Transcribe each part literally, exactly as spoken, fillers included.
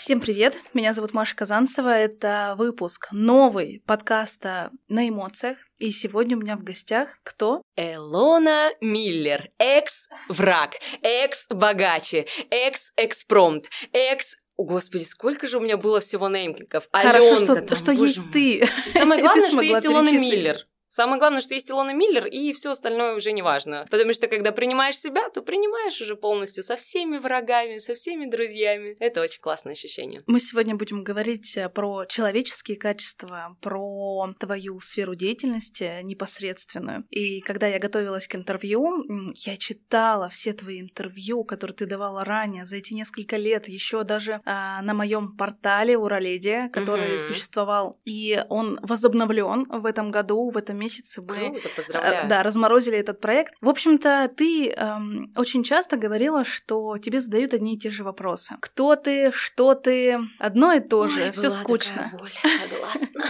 Всем привет, меня зовут Маша Казанцева, это выпуск новый подкаста «На эмоциях», и сегодня у меня в гостях кто? Илона Миллер, экс-враг, экс-богаче, экс-экспромт, экс... О, Господи, сколько же у меня было всего неймингов. Хорошо, Аленка, что, там, что боже есть мой. ты. Самое главное, что смогла есть Илона перечислить. Миллер. Самое главное, что есть Илона Миллер, и все остальное уже не важно. Потому что, когда принимаешь себя, то принимаешь уже полностью со всеми врагами, со всеми друзьями. Это очень классное ощущение. Мы сегодня будем говорить про человеческие качества, про твою сферу деятельности непосредственную. И когда я готовилась к интервью, я читала все твои интервью, которые ты давала ранее, за эти несколько лет, еще даже а, на моем портале Ураледия, который Мгм. существовал, и он возобновлен в этом году, в этом месяце мы Круто, поздравляю. э, да, разморозили этот проект. В общем-то, ты эм, очень часто говорила, что тебе задают одни и те же вопросы. Кто ты, что ты, одно и то же, Ой, все была скучно. такая боль, согласна.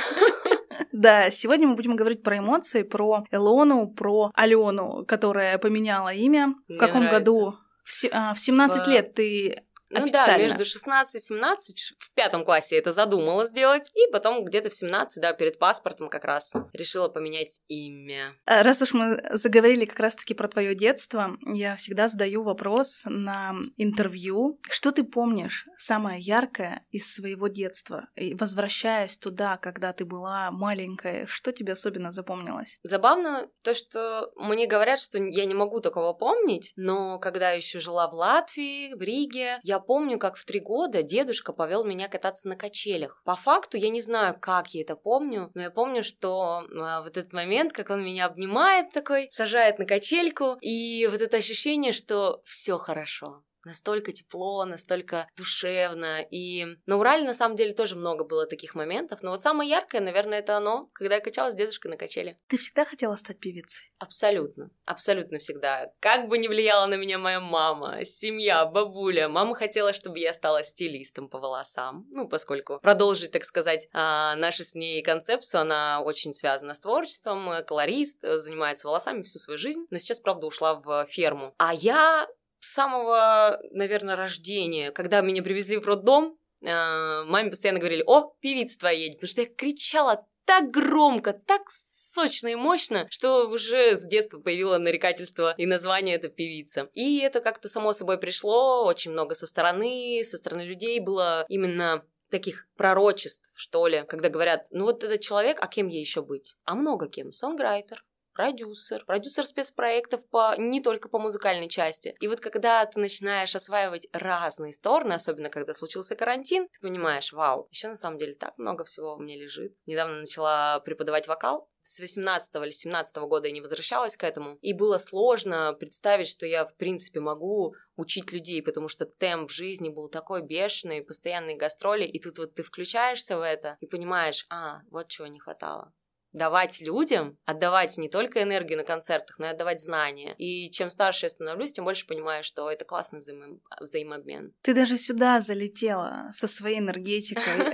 Да, сегодня мы будем говорить про эмоции, про Илону, про Алену, которая поменяла имя. В Мне каком нравится. году? В се- а, в семнадцать В- лет ты Ну официально. да, между шестнадцать и семнадцать, в пятом классе я это задумала сделать, и потом где-то в семнадцать, да, перед паспортом как раз решила поменять имя. А, Раз уж мы заговорили как раз-таки про твое детство, я всегда задаю вопрос на интервью. Что ты помнишь самое яркое из своего детства? И возвращаясь туда, когда ты была маленькая, что тебе особенно запомнилось? Забавно то, что мне говорят, что я не могу такого помнить, но когда я еще жила в Латвии, в Риге, я помню, как в три года дедушка повел меня кататься на качелях. По факту я не знаю, как я это помню, но я помню, что а, вот этот момент, как он меня обнимает такой, сажает на качельку, и вот это ощущение, что все хорошо. Настолько тепло, настолько душевно. И на Урале, на самом деле, тоже много было таких моментов. Но вот самое яркое, наверное, это оно, когда я качалась с дедушкой на качели. Ты всегда хотела стать певицей? Абсолютно. Абсолютно всегда. Как бы ни влияла на меня моя мама, семья, бабуля. Мама хотела, чтобы я стала стилистом по волосам. Ну, поскольку продолжить, так сказать, а, нашу с ней концепцию. Она очень связана с творчеством. Колорист, занимается волосами всю свою жизнь. Но сейчас, правда, ушла в ферму. А я... С самого, наверное, рождения, когда меня привезли в роддом, э, маме постоянно говорили: «О, певица твоя едет», потому что я кричала так громко, так сочно и мощно, что уже с детства появилось нарекательство и название — это певица. И это как-то само собой пришло, очень много со стороны, со стороны людей было именно таких пророчеств, что ли, когда говорят: ну вот этот человек, а кем ей еще быть? А много кем. Сонграйтер, продюсер, продюсер спецпроектов по, не только по музыкальной части. И вот когда ты начинаешь осваивать разные стороны, особенно когда случился карантин, ты понимаешь: вау, еще на самом деле так много всего у меня лежит. Недавно начала преподавать вокал. С восемнадцатого или семнадцатого года я не возвращалась к этому. И было сложно представить, что я, в принципе, могу учить людей, потому что темп в жизни был такой бешеный, постоянные гастроли, и тут вот ты включаешься в это и понимаешь: а, вот чего не хватало. Давать людям, отдавать не только энергию на концертах, но и отдавать знания. И чем старше я становлюсь, тем больше понимаю, что это классный взаимо- взаимообмен. Ты даже сюда залетела со своей энергетикой.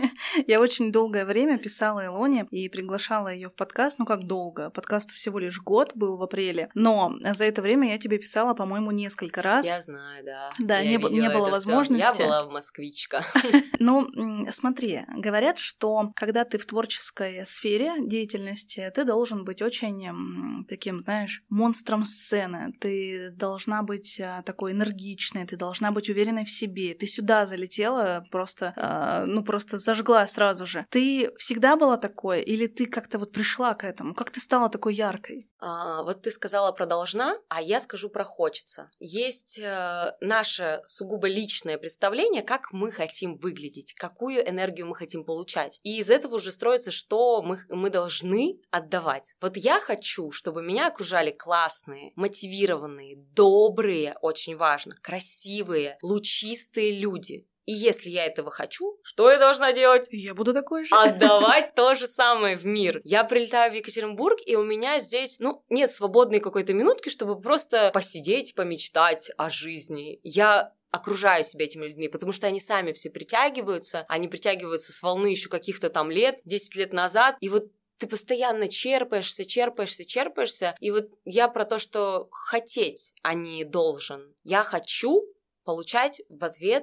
Я очень долгое время писала Илоне и приглашала ее в подкаст. Ну как долго? Подкасту всего лишь год был в апреле. Но за это время я тебе писала, по-моему, несколько раз. Я знаю, да. Да, Я не, б- не видела было это всё. возможности. Я была москвичка. Ну, м, смотри, говорят, что когда ты в творческой сфере деятельности, ты должен быть очень м, таким, знаешь, монстром сцены. Ты должна быть а, такой энергичной, ты должна быть уверенной в себе. Ты сюда залетела, просто, а, ну, просто зажгла сразу же. Ты всегда была такой, или ты как-то вот пришла к этому? Как ты стала такой яркой? А, вот ты сказала про «должна», а я скажу про «хочется». Есть э, наше сугубо личное представление, как мы хотим выглядеть, какую энергию мы хотим получать. И из этого уже строится, что мы, мы должны отдавать. Вот я хочу, чтобы меня окружали классные, мотивированные, добрые, очень важно, красивые, лучистые люди. И если я этого хочу, что я должна делать? Я буду такой же. Отдавать то же самое в мир. Я прилетаю в Екатеринбург, и у меня здесь, ну, нет свободной какой-то минутки, чтобы просто посидеть, помечтать о жизни. Я окружаю себя этими людьми, потому что они сами все притягиваются, они притягиваются с волны еще каких-то там лет, десять лет назад, и вот ты постоянно черпаешься, черпаешься, черпаешься, и вот я про то, что хотеть, а не должен. Я хочу получать в ответ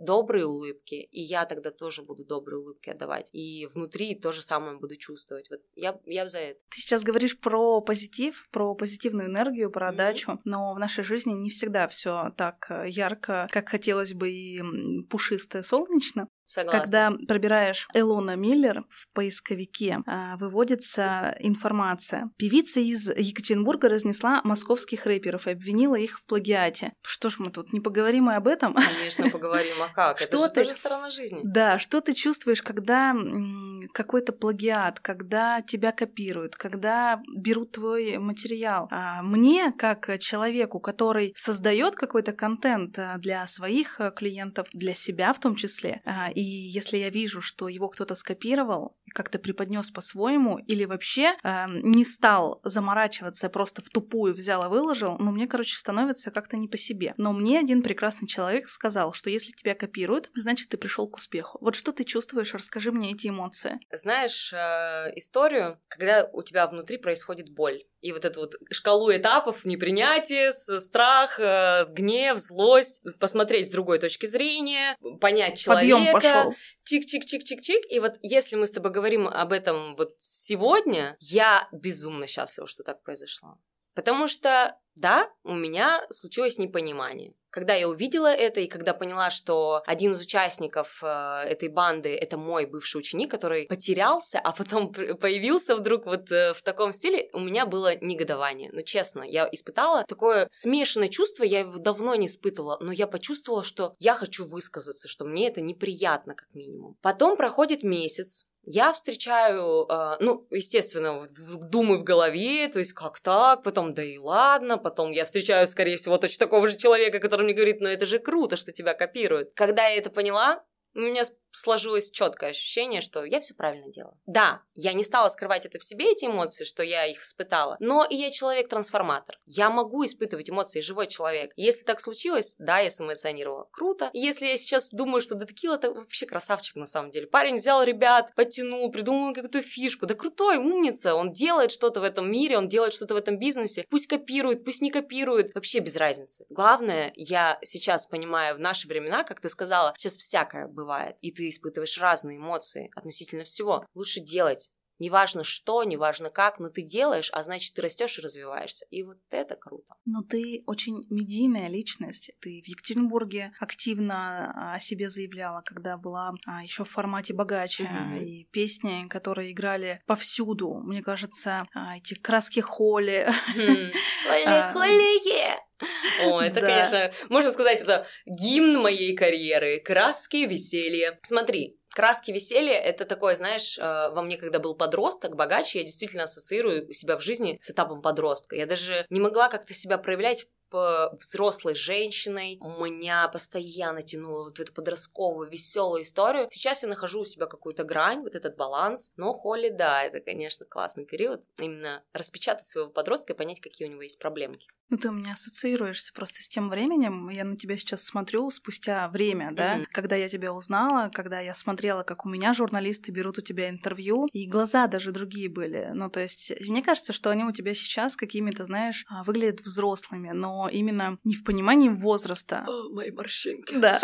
добрые улыбки, и я тогда тоже буду добрые улыбки отдавать. И внутри то же самое буду чувствовать. Вот я, я за это. Ты сейчас говоришь про позитив, про позитивную энергию, про отдачу, mm-hmm. но в нашей жизни не всегда все так ярко, как хотелось бы, и пушисто, и солнечно. Согласна. Когда пробираешь Элона Миллер в поисковике, выводится информация. Певица из Екатеринбурга разнесла московских рэперов и обвинила их в плагиате. Что ж мы тут, не поговорим и об этом? Конечно, поговорим. А как? Это что же ты... тоже сторона жизни. Да, что ты чувствуешь, когда какой-то плагиат, когда тебя копируют, когда берут твой материал? Мне, как человеку, который создает какой-то контент для своих клиентов, для себя в том числе, и если я вижу, что его кто-то скопировал, как-то преподнес по-своему, или вообще э, не стал заморачиваться, просто в тупую взял и выложил, ну, мне, короче, становится как-то не по себе. Но мне один прекрасный человек сказал, что если тебя копируют, значит, ты пришел к успеху. Вот что ты чувствуешь? Расскажи мне эти эмоции. Знаешь э, историю, когда у тебя внутри происходит боль. И вот эту вот шкалу этапов непринятия, страх, гнев, злость, посмотреть с другой точки зрения, понять человека. Подъем пошел. Чик-чик-чик-чик-чик. И вот если мы с тобой говорим об этом вот сегодня, я безумно счастлива, что так произошло. Потому что, да, у меня случилось непонимание. Когда я увидела это и когда поняла, что один из участников э, этой банды — это мой бывший ученик, который потерялся, а потом появился вдруг вот э, в таком стиле, у меня было негодование. Ну, честно, я испытала такое смешанное чувство, я его давно не испытывала, но я почувствовала, что я хочу высказаться, что мне это неприятно, как минимум. Потом проходит месяц, я встречаю, э, ну, естественно, думаю в голове, то есть как так, потом да и ладно, потом я встречаю, скорее всего, точно такого же человека, который мне говорит, ну это же круто, что тебя копируют. Когда я это поняла, у меня сложилось четкое ощущение, что я все правильно делала. Да, я не стала скрывать это в себе, эти эмоции, что я их испытала, но и я человек-трансформатор. Я могу испытывать эмоции, живой человек. Если так случилось, да, я сэмоционировала. Круто. И если я сейчас думаю, что Дэдкил — это вообще красавчик на самом деле. Парень взял ребят, подтянул, придумал какую-то фишку. Да крутой, умница. Он делает что-то в этом мире, он делает что-то в этом бизнесе. Пусть копирует, пусть не копирует. Вообще без разницы. Главное, я сейчас понимаю, в наши времена, как ты сказала, сейчас всякое бывает. И ты ты испытываешь разные эмоции относительно всего. Лучше делать. Неважно что, неважно как, но ты делаешь, а значит, ты растешь и развиваешься. И вот это круто. Но ты очень медийная личность. Ты в Екатеринбурге активно о себе заявляла, когда была еще в формате богаче. Mm-hmm. И песни, которые играли повсюду. Мне кажется, эти краски Холли. Холли-холли! О, это, да. Конечно, можно сказать, это гимн моей карьеры. Краски веселья. Смотри, краски веселья — это такое, знаешь, во мне, когда был подросток, богаче, я действительно ассоциирую себя в жизни с этапом подростка. Я даже не могла как-то себя проявлять взрослой женщиной. Меня постоянно тянуло вот в эту подростковую, веселую историю. Сейчас я нахожу у себя какую-то грань, вот этот баланс. Но Холли, да, это, конечно, классный период. Именно распечатать своего подростка и понять, какие у него есть проблемки. Ну, ты у меня ассоциируешься просто с тем временем. Я на тебя сейчас смотрю спустя время, да, mm-hmm. когда я тебя узнала, когда я смотрела, как у меня журналисты берут у тебя интервью, и глаза даже другие были. Ну, то есть, мне кажется, что они у тебя сейчас какими-то, знаешь, выглядят взрослыми, но именно не в понимании возраста. О, мои морщинки. Да.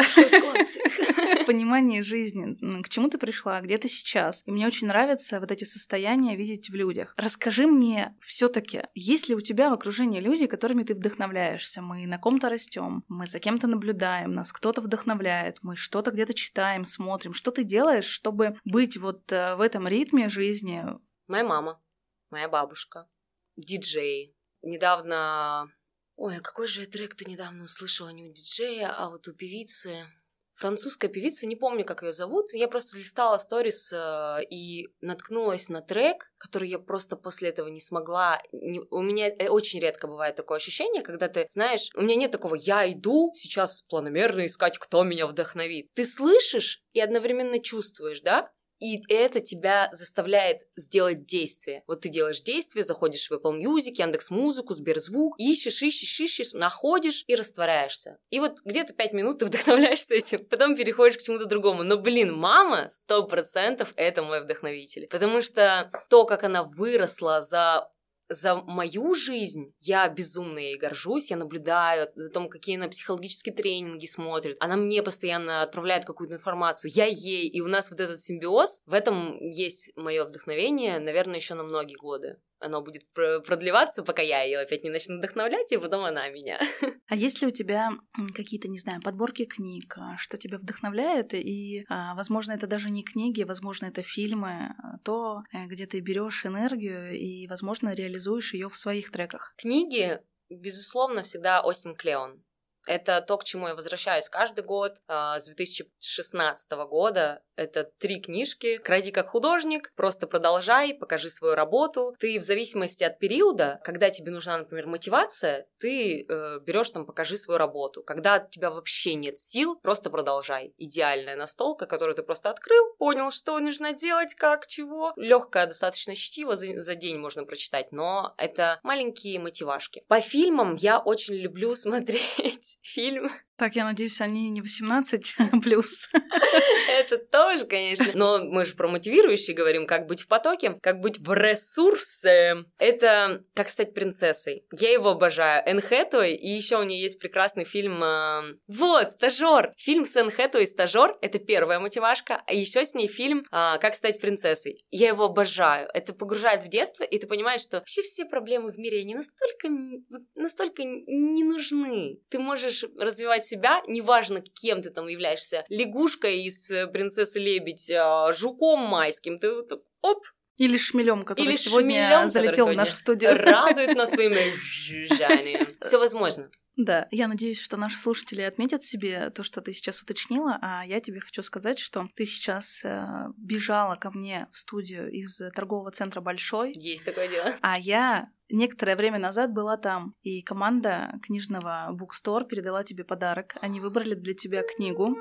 В понимании жизни. К чему ты пришла, где ты сейчас. И мне очень нравится вот эти состояния видеть в людях. Расскажи мне все-таки, есть ли у тебя в окружении люди, которыми ты вдохновляешься? Мы на ком-то растем, мы за кем-то наблюдаем, нас кто-то вдохновляет, мы что-то где-то читаем, смотрим. Что ты делаешь, чтобы быть вот в этом ритме жизни? Моя мама, моя бабушка, диджей. Недавно... Ой, а какой же я трек-то недавно услышала не у диджея, а вот у певицы... Французская певица, не помню, как ее зовут. Я просто листала сторис э, и наткнулась на трек, который я просто после этого не смогла. Не, у меня очень редко бывает такое ощущение, когда ты, знаешь, у меня нет такого «я иду сейчас планомерно искать, кто меня вдохновит». Ты слышишь и одновременно чувствуешь, да? И это тебя заставляет сделать действие. Вот ты делаешь действие, заходишь в Apple Music, Яндекс.Музыку, Сберзвук, ищешь, ищешь, ищешь, находишь и растворяешься. И вот где-то пять минут ты вдохновляешься этим, потом переходишь к чему-то другому. Но, блин, мама сто процентов это мой вдохновитель. Потому что то, как она выросла за за мою жизнь я безумно ей горжусь, я наблюдаю за том, какие она психологические тренинги смотрит, она мне постоянно отправляет какую-то информацию, я ей, и у нас вот этот симбиоз, в этом есть мое вдохновение, наверное, еще на многие годы. Оно будет продлеваться, пока я ее опять не начну вдохновлять, и потом она меня. А есть ли у тебя какие-то, не знаю, подборки книг, что тебя вдохновляет, и, возможно, это даже не книги, возможно, это фильмы, то, где ты берешь энергию и, возможно, реализуешь ее в своих треках? Книги, безусловно, всегда Остин Клеон. Это то, к чему я возвращаюсь каждый год. С две тысячи шестнадцатого года это три книжки. «Кради как художник», «Просто продолжай», «Покажи свою работу». Ты в зависимости от периода, когда тебе нужна, например, мотивация, ты э, берешь там «Покажи свою работу». Когда у тебя вообще нет сил, просто продолжай. Идеальная настолка, которую ты просто открыл, понял, что нужно делать, как, чего. Легкое достаточно чтиво, за, за день можно прочитать, но это маленькие мотивашки. По фильмам я очень люблю смотреть фильм. Так, я надеюсь, они не восемнадцать плюс. Это тоже, конечно. Но мы же про мотивирующие говорим, как быть в потоке, как быть в ресурсе. Это «Как стать принцессой». Я его обожаю. Энн Хэтэуэй, и еще у нее есть прекрасный фильм... Э... Вот, «Стажёр». Фильм с Энн Хэтэуэй «Стажёр» — это первая мотивашка, а еще с ней фильм э, «Как стать принцессой». Я его обожаю. Это погружает в детство, и ты понимаешь, что вообще все проблемы в мире, они настолько, настолько не нужны. Ты можешь развивать себя, неважно, кем ты там являешься, лягушкой из «Принцессы Лебедь», жуком майским, ты вот оп. Или шмелем, который Или сегодня шмелем, залетел который в нашу студию. Радует нас своим жужжанием. Все возможно. Да, я надеюсь, что наши слушатели отметят себе то, что ты сейчас уточнила, а я тебе хочу сказать, что ты сейчас э, бежала ко мне в студию из торгового центра «Большой». Есть такое дело. А я некоторое время назад была там, и команда книжного букстор передала тебе подарок. Они выбрали для тебя книгу.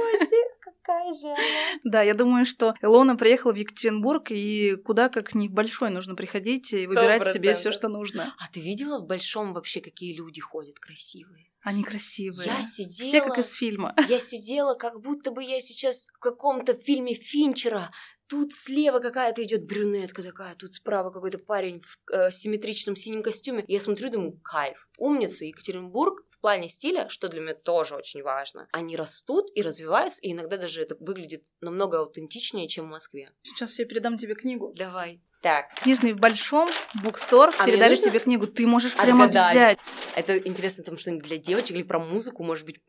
Какая же она. Да, я думаю, что Илона приехала в Екатеринбург, и куда как не в Большой нужно приходить и выбирать сто процентов себе все, что нужно. А ты видела в Большом вообще, какие люди ходят красивые? Они красивые. Я сидела... Все как из фильма. Я сидела, как будто бы я сейчас в каком-то фильме Финчера. Тут слева какая-то идет брюнетка такая, тут справа какой-то парень в э, симметричном синем костюме. Я смотрю, думаю, кайф. Умница. Екатеринбург в плане стиля, что для меня тоже очень важно. Они растут и развиваются, и иногда даже это выглядит намного аутентичнее, чем в Москве. Сейчас я передам тебе книгу. Давай. Так. Книжный в Большом, букстор, а передали тебе книгу. Ты можешь прямо отгадать. Взять. Это интересно, там что-нибудь для девочек или про музыку, может быть.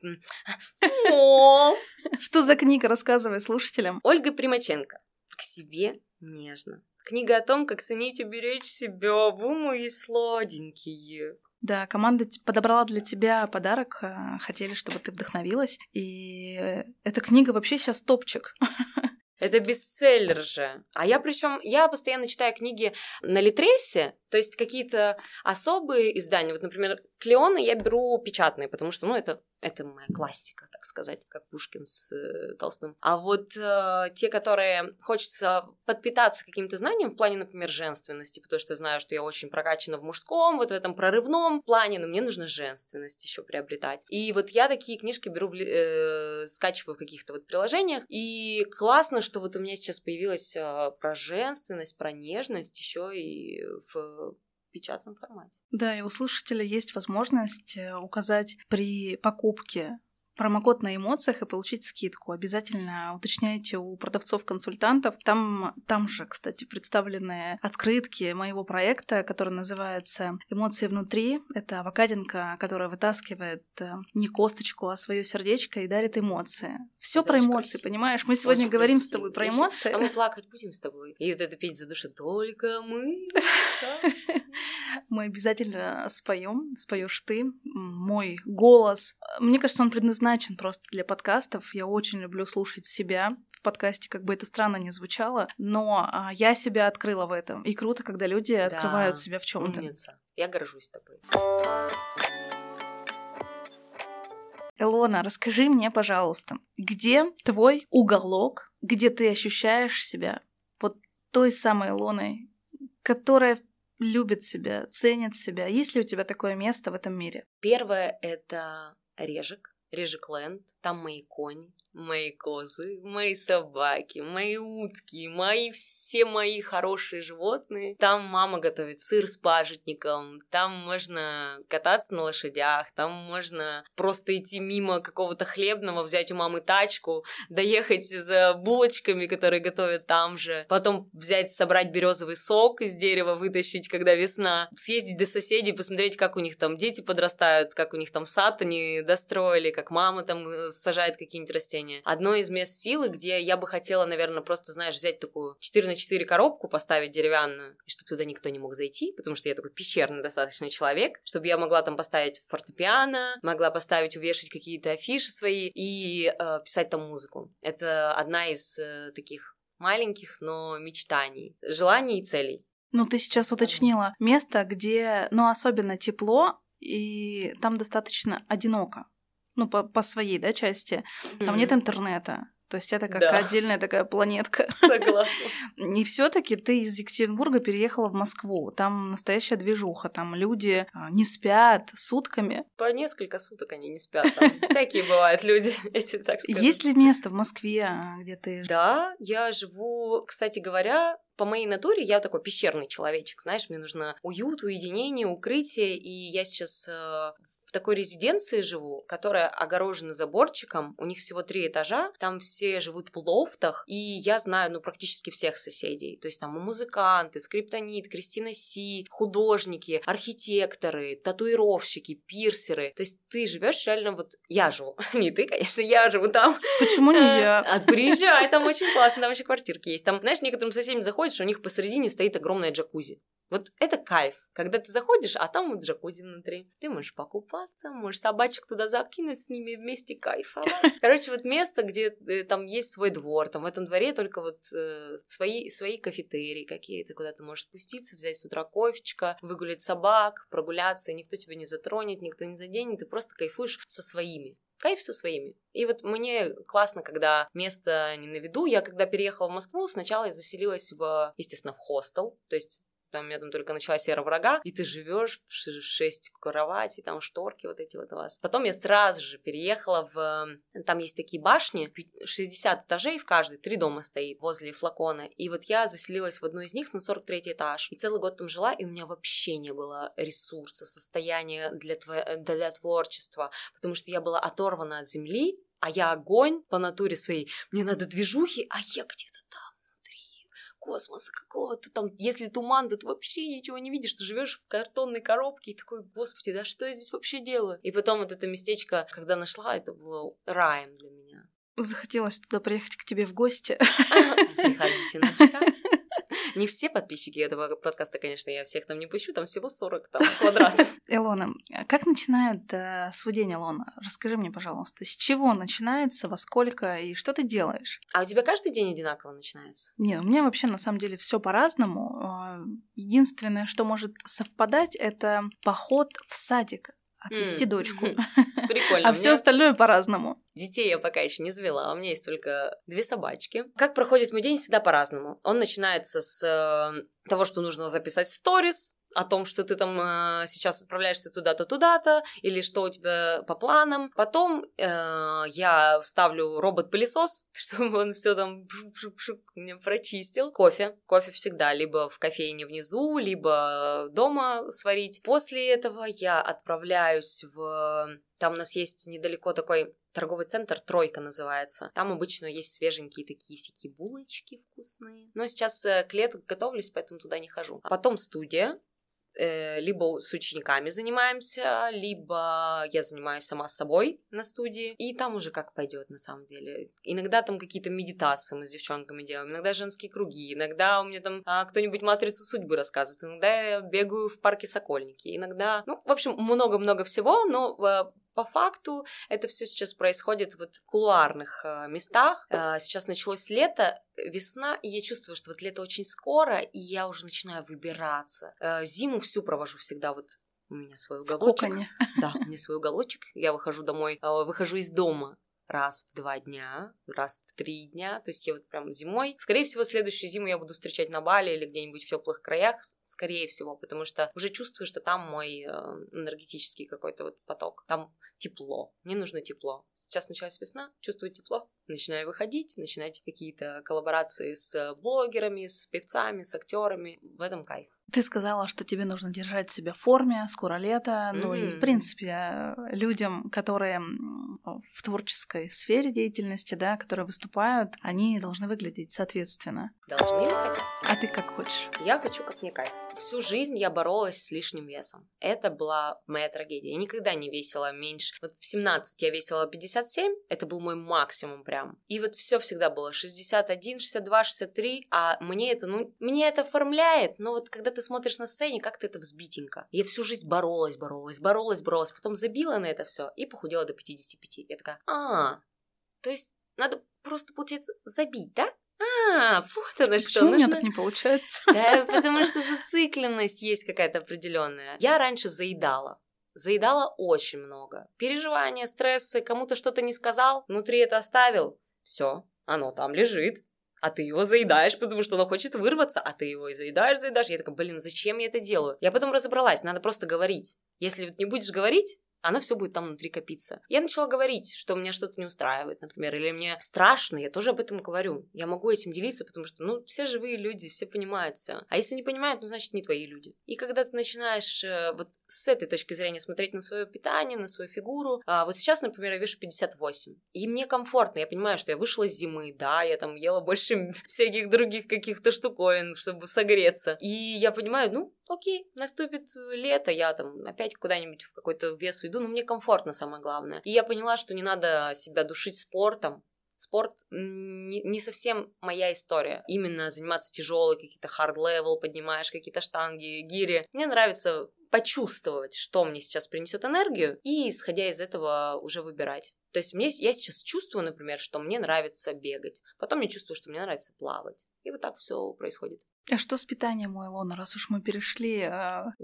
Что за книга? Рассказывай слушателям. Ольга Примаченко. К себе нежно. Книга о том, как ценить и беречь себя. Вы мои сладенькие. Да, команда подобрала для тебя подарок, хотели, чтобы ты вдохновилась. И эта книга вообще сейчас топчик. Это бестселлер же. А я причем, я постоянно читаю книги на Литресе, то есть какие-то особые издания. Вот, например, Клеона я беру печатные, потому что, ну, это, это моя классика, так сказать, как Пушкин с э, Толстым. А вот э, те, которые хочется подпитаться каким-то знанием в плане, например, женственности, потому что я знаю, что я очень прокачана в мужском, вот в этом прорывном плане, но мне нужно женственность еще приобретать. И вот я такие книжки беру, в, э, скачиваю в каких-то вот приложениях, и классно, что вот у меня сейчас появилась э, про женственность, про нежность еще и в печатном формате. Да, и у слушателя есть возможность указать при покупке промокод на эмоциях и получить скидку. Обязательно уточняйте у продавцов-консультантов. Там, там же, кстати, представлены открытки моего проекта, который называется «Эмоции внутри». Это авокадинка, которая вытаскивает не косточку, а свое сердечко и дарит эмоции. Все про эмоции, красиво. Понимаешь? Мы сегодня очень говорим красиво. С тобой про эмоции. А мы плакать будем с тобой. И вот это петь за душу только мы. Мы обязательно споем, споешь ты. Мой голос. Мне кажется, он предназначен просто для подкастов. Я очень люблю слушать себя в подкасте, как бы это странно ни звучало, но а, я себя открыла в этом. И круто, когда люди да, открывают себя в чем-то. Умница. Я горжусь тобой. Илона, расскажи мне, пожалуйста, где твой уголок, где ты ощущаешь себя вот той самой Илоной, которая любит себя, ценит себя? Есть ли у тебя такое место в этом мире? Первое — это Режик, Режикленд. Там мои кони, мои козы, мои собаки, мои утки, мои все мои хорошие животные. Там мама готовит сыр с пажитником, там можно кататься на лошадях, там можно просто идти мимо какого-то хлебного, взять у мамы тачку, доехать за булочками, которые готовят там же, потом взять, собрать березовый сок из дерева, вытащить, когда весна, съездить до соседей, посмотреть, как у них там дети подрастают, как у них там сад они достроили, как мама там сажает какие-нибудь растения. Одно из мест силы, где я бы хотела, наверное, просто, знаешь, взять такую четыре на четыре коробку, поставить деревянную, и чтобы туда никто не мог зайти, потому что я такой пещерный достаточно человек, чтобы я могла там поставить фортепиано, могла поставить, увешать какие-то афиши свои и э, писать там музыку. Это одна из э, таких маленьких, но мечтаний, желаний и целей. Ну, ты сейчас уточнила место, где, ну, особенно тепло, и там достаточно одиноко. Ну, по, по своей, да, части. Там mm-hmm. нет интернета. То есть это как да. отдельная такая планетка. Согласна. И все-таки ты из Екатеринбурга переехала в Москву. Там настоящая движуха. Там люди не спят сутками. По несколько суток они не спят. Там всякие бывают люди, если так сказать. Есть ли место в Москве, где ты... Да, я живу, кстати говоря, по моей натуре я такой пещерный человечек. Знаешь, мне нужно уют, уединение, укрытие. И я сейчас... в такой резиденции живу, которая огорожена заборчиком, у них всего три этажа, там все живут в лофтах, и я знаю, ну, практически всех соседей, то есть там музыканты, скриптонит, Кристина Си, художники, архитекторы, татуировщики, пирсеры, то есть ты живешь реально вот, я живу, не ты, конечно, я живу там. Почему не я? А, приезжай, там очень классно, там вообще квартирки есть, там, знаешь, некоторым соседям заходишь, у них посередине стоит огромная джакузи. Вот это кайф, когда ты заходишь, а там вот джакузи внутри. Ты можешь покупаться, можешь собачек туда закинуть, с ними вместе кайфовать. Короче, вот место, где э, там есть свой двор, там в этом дворе только вот э, свои, свои кафетерии какие-то, куда ты можешь спуститься, взять с утра кофечка, выгулять собак, прогуляться, и никто тебя не затронет, никто не заденет, ты просто кайфуешь со своими. Кайф со своими. И вот мне классно, когда место не на виду. Я когда переехала в Москву, сначала я заселилась в, естественно, в хостел, то есть там у меня там только началась эра врага, и ты живешь в шесть кроватей, там шторки вот эти вот у вас. Потом я сразу же переехала в... Там есть такие башни, шестьдесят этажей в каждой, три дома стоит возле флакона. И вот я заселилась в одну из них на сорок третий этаж. И целый год там жила, и у меня вообще не было ресурса, состояния для, тво... для творчества, потому что я была оторвана от земли, а я огонь по натуре своей. Мне надо движухи, а я где-то там. Космоса какого-то там, если туман, то ты вообще ничего не видишь, ты живешь в картонной коробке и такой, господи, да что я здесь вообще делаю? И потом вот это местечко, когда нашла, это было раем для меня. Захотелось туда приехать к тебе в гости. Приходите на чай. Не все подписчики этого подкаста, конечно, я всех там не пущу, там всего сорок там, квадратов. Илона, как начинает э, свой день Илона? Расскажи мне, пожалуйста, с чего начинается, во сколько и что ты делаешь? А у тебя каждый день одинаково начинается? Нет, у меня вообще на самом деле все по-разному. Единственное, что может совпадать, это поход в садик. Отвезти mm. дочку. Прикольно. А все остальное по-разному. Детей я пока еще не завела, у меня есть только две собачки. Как проходит мой день, всегда по-разному. Он начинается с э, того, что нужно записать сторис, о том, что ты там э, сейчас отправляешься туда-то, туда-то, или что у тебя по планам. Потом э, я ставлю робот-пылесос, чтобы он все там шук-шук-шук мне прочистил. Кофе. Кофе всегда либо в кофейне внизу, либо дома сварить. После этого я отправляюсь в... Там у нас есть недалеко такой торговый центр, Тройка называется. Там обычно есть свеженькие такие всякие булочки вкусные. Но сейчас к лету готовлюсь, поэтому туда не хожу. А потом студия. Либо с учениками занимаемся, либо я занимаюсь сама с собой на студии, и там уже как пойдет на самом деле. Иногда там какие-то медитации мы с девчонками делаем, иногда женские круги, иногда у меня там а, кто-нибудь матрицу судьбы рассказывает, иногда я бегаю в парке Сокольники, иногда, ну, в общем, много-много всего, но по факту это все сейчас происходит вот в кулуарных э, местах. Э, сейчас началось лето, весна, и я чувствую, что вот лето очень скоро, и я уже начинаю выбираться. Э, зиму всю провожу всегда вот у меня свой уголочек. Да, у меня свой уголочек. Я выхожу домой, э, выхожу из дома раз в два дня, раз в три дня, то есть я вот прям зимой, скорее всего, следующую зиму я буду встречать на Бали или где-нибудь в теплых краях, скорее всего, потому что уже чувствую, что там мой э, энергетический какой-то вот поток, там тепло, мне нужно тепло. Сейчас началась весна, чувствую тепло, начинаю выходить, начинать какие-то коллаборации с блогерами, с певцами, с актерами, в этом кайф. Ты сказала, что тебе нужно держать себя в форме, скоро лето, mm-hmm. ну и, в принципе, людям, которые в творческой сфере деятельности, да, которые выступают, они должны выглядеть соответственно. Должны выходить. А ты как хочешь? Я хочу, как мне кайф. Всю жизнь я боролась с лишним весом. Это была моя трагедия. Я никогда не весила меньше. Вот в семнадцать я весила пятьдесят семь, это был мой максимум прям. И вот все всегда было шестьдесят один, шестьдесят два, шестьдесят три, а мне это, ну, мне это оформляет, но вот когда ты смотришь на сцене, как-то это взбитенько. Я всю жизнь боролась, боролась, боролась, боролась, потом забила на это все и похудела до пятидесяти пяти. Я такая, а, то есть надо просто, получается, забить, да? А, вот оно что. Почему у меня нужно... так не получается? Да, потому что зацикленность есть какая-то определенная. Я раньше заедала. Заедала очень много. Переживания, стрессы, кому-то что-то не сказал, внутри это оставил. Все, оно там лежит. А ты его заедаешь, потому что оно хочет вырваться, а ты его и заедаешь, заедаешь. Я такая, блин, зачем я это делаю? Я потом разобралась, надо просто говорить. Если вот не будешь говорить, оно все будет там внутри копиться. Я начала говорить, что меня что-то не устраивает, например, или мне страшно, я тоже об этом говорю. Я могу этим делиться, потому что, ну, все живые люди, все понимают все. А если не понимают, ну, значит, не твои люди. И когда ты начинаешь э, вот с этой точки зрения смотреть на свое питание, на свою фигуру, а вот сейчас, например, я вешу пятьдесят восемь, и мне комфортно, я понимаю, что я вышла с зимы, да, я там ела больше всяких других каких-то штуковин, чтобы согреться. И я понимаю, ну, окей, наступит лето, я там опять куда-нибудь в какой-то вес уйду, но мне комфортно, самое главное. И я поняла, что не надо себя душить спортом. Спорт не, не совсем моя история. Именно заниматься тяжелой, какие-то hard-level, поднимаешь какие-то штанги, гири. Мне нравится почувствовать, что мне сейчас принесет энергию, и, исходя из этого, уже выбирать. То есть мне, я сейчас чувствую, например, что мне нравится бегать. Потом я чувствую, что мне нравится плавать. И вот так все происходит. А что с питанием у Илоны, раз уж мы перешли э,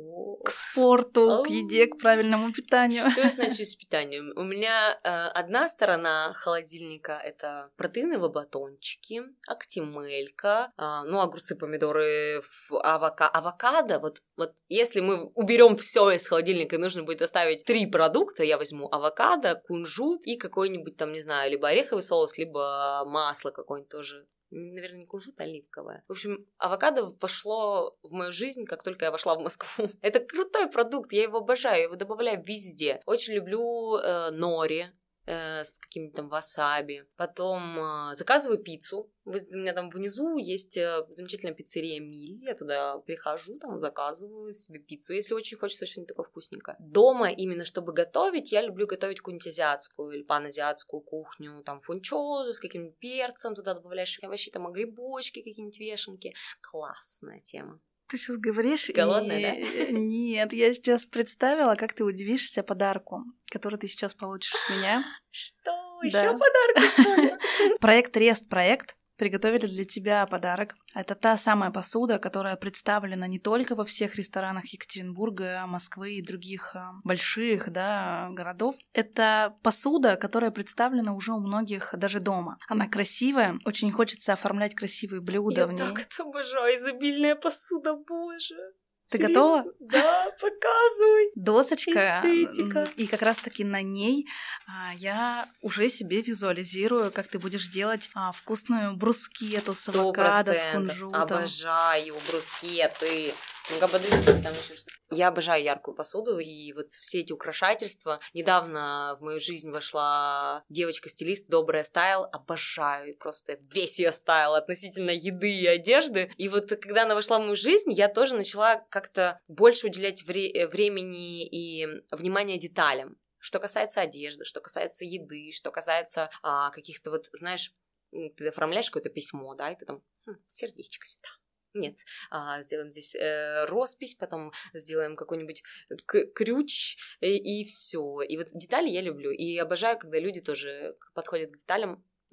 к спорту, к еде, к правильному питанию? Что значит с питанием? У меня э, одна сторона холодильника — это протеиновые батончики, актимелька, э, ну, огурцы, помидоры, авока... авокадо. Вот, вот если мы уберем все из холодильника и нужно будет оставить три продукта, я возьму авокадо, кунжут и какой-нибудь там, не знаю, либо ореховый соус, либо масло какое-нибудь тоже. Наверное, не кунжут, а оливковое. В общем, авокадо вошло в мою жизнь, как только я вошла в Москву. Это крутой продукт, я его обожаю, я его добавляю везде. Очень люблю э, нори э, с каким-то там васаби. Потом э, заказываю пиццу. У меня там внизу есть э, замечательная пиццерия Миль. Я туда прихожу, там заказываю себе пиццу, если очень хочется что-нибудь такое вкусненькое. Дома, именно чтобы готовить, я люблю готовить какую-нибудь азиатскую или паназиатскую кухню. Там фунчозу с каким-нибудь перцем, туда добавляешь овощи, там грибочки, какие-нибудь вешенки. Классная тема. Ты сейчас говоришь... Голодная, и... да? Нет, я сейчас представила, как ты удивишься подарку, который ты сейчас получишь от меня. Что? Да. Еще подарок, что ли? Проект Рест-проект приготовили для тебя подарок. Это та самая посуда, которая представлена не только во всех ресторанах Екатеринбурга, Москвы и других больших, да, городов. Это посуда, которая представлена уже у многих даже дома. Она красивая, очень хочется оформлять красивые блюда Я в ней. так это обожаю, изобильная посуда, боже. Ты Серьезно? готова? Да, показывай. Досочка. Эстетика. И как раз-таки на ней а, я уже себе визуализирую, как ты будешь делать а, вкусную брускетту с авокадо, с кунжутом. Обожаю брускетты. Ну-ка, подожди, там еще что-то. Я обожаю яркую посуду, и вот все эти украшательства. Недавно в мою жизнь вошла девочка-стилист, добрая стайл. Обожаю просто весь ее стайл относительно еды и одежды. И вот когда она вошла в мою жизнь, я тоже начала как-то больше уделять вре- времени и внимания деталям. Что касается одежды, что касается еды, что касается а, каких-то вот, знаешь, ты оформляешь какое-то письмо, да, и ты там хм, сердечко сюда. Нет, а, сделаем здесь э, роспись, потом сделаем какой-нибудь к- крюч, и, и все. И вот детали я люблю. И обожаю, когда люди тоже подходят к деталям,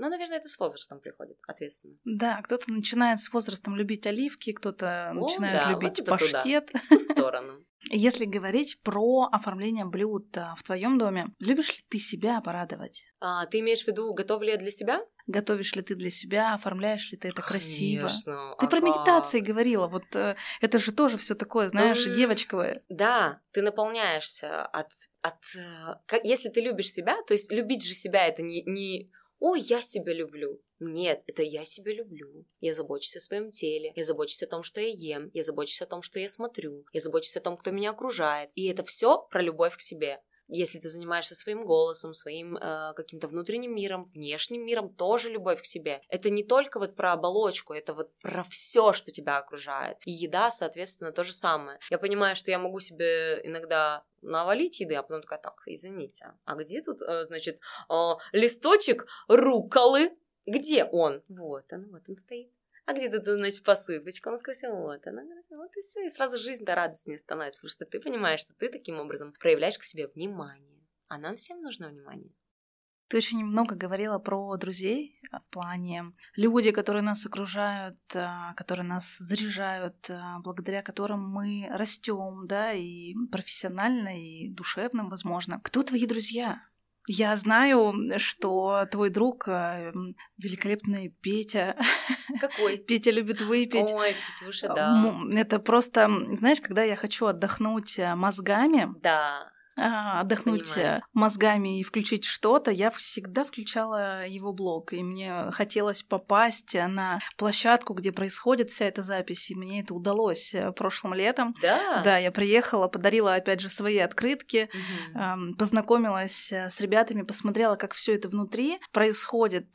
Но, наверное, это с возрастом приходит, ответственно. Да, кто-то начинает с возрастом любить оливки, кто-то О, начинает да, любить вот это паштет. туда, в ту сторону. Если говорить про оформление блюд а, в твоем доме, любишь ли ты себя порадовать? А, ты имеешь в виду, готовлю я для себя? Готовишь ли ты для себя, оформляешь ли ты это красиво? Конечно. Ты а про как? медитации говорила, вот э, это же тоже все такое, знаешь, М, девочковое. Да, ты наполняешься от, от... э, как- Если ты любишь себя, то есть любить же себя это не, не «Ой, я себя люблю». Нет, это я себя люблю. Я забочусь о своем теле, я забочусь о том, что я ем, я забочусь о том, что я смотрю, я забочусь о том, кто меня окружает. И это все про любовь к себе. Если ты занимаешься своим голосом, своим э, каким-то внутренним миром, внешним миром, тоже любовь к себе. Это не только вот про оболочку, это вот про все, что тебя окружает. И еда, соответственно, то же самое. Я понимаю, что я могу себе иногда навалить еды, а потом такая, так, извините, а где тут, э, значит, э, листочек рукколы? Где он? Вот он, вот он стоит. А где тут, значит, посыпочка? У нас красиво. Вот она, вот и все. И сразу жизнь-то радостнее становится, потому что ты понимаешь, что ты таким образом проявляешь к себе внимание. А нам всем нужно внимание. Ты очень много говорила про друзей в плане люди, которые нас окружают, которые нас заряжают, благодаря которым мы растем, да, и профессионально, и душевно, возможно. Кто твои друзья? Я знаю, что твой друг великолепный Петя. Какой? Петя любит выпить. Ой, Петюша, да. Это просто, знаешь, когда я хочу отдохнуть мозгами. Да. Отдохнуть Понимаете. мозгами и включить что-то, я всегда включала его блог, и мне хотелось попасть на площадку, где происходит вся эта запись, и мне это удалось прошлым летом. Да? Да, я приехала, подарила, опять же, свои открытки, Угу. познакомилась с ребятами, посмотрела, как все это внутри происходит.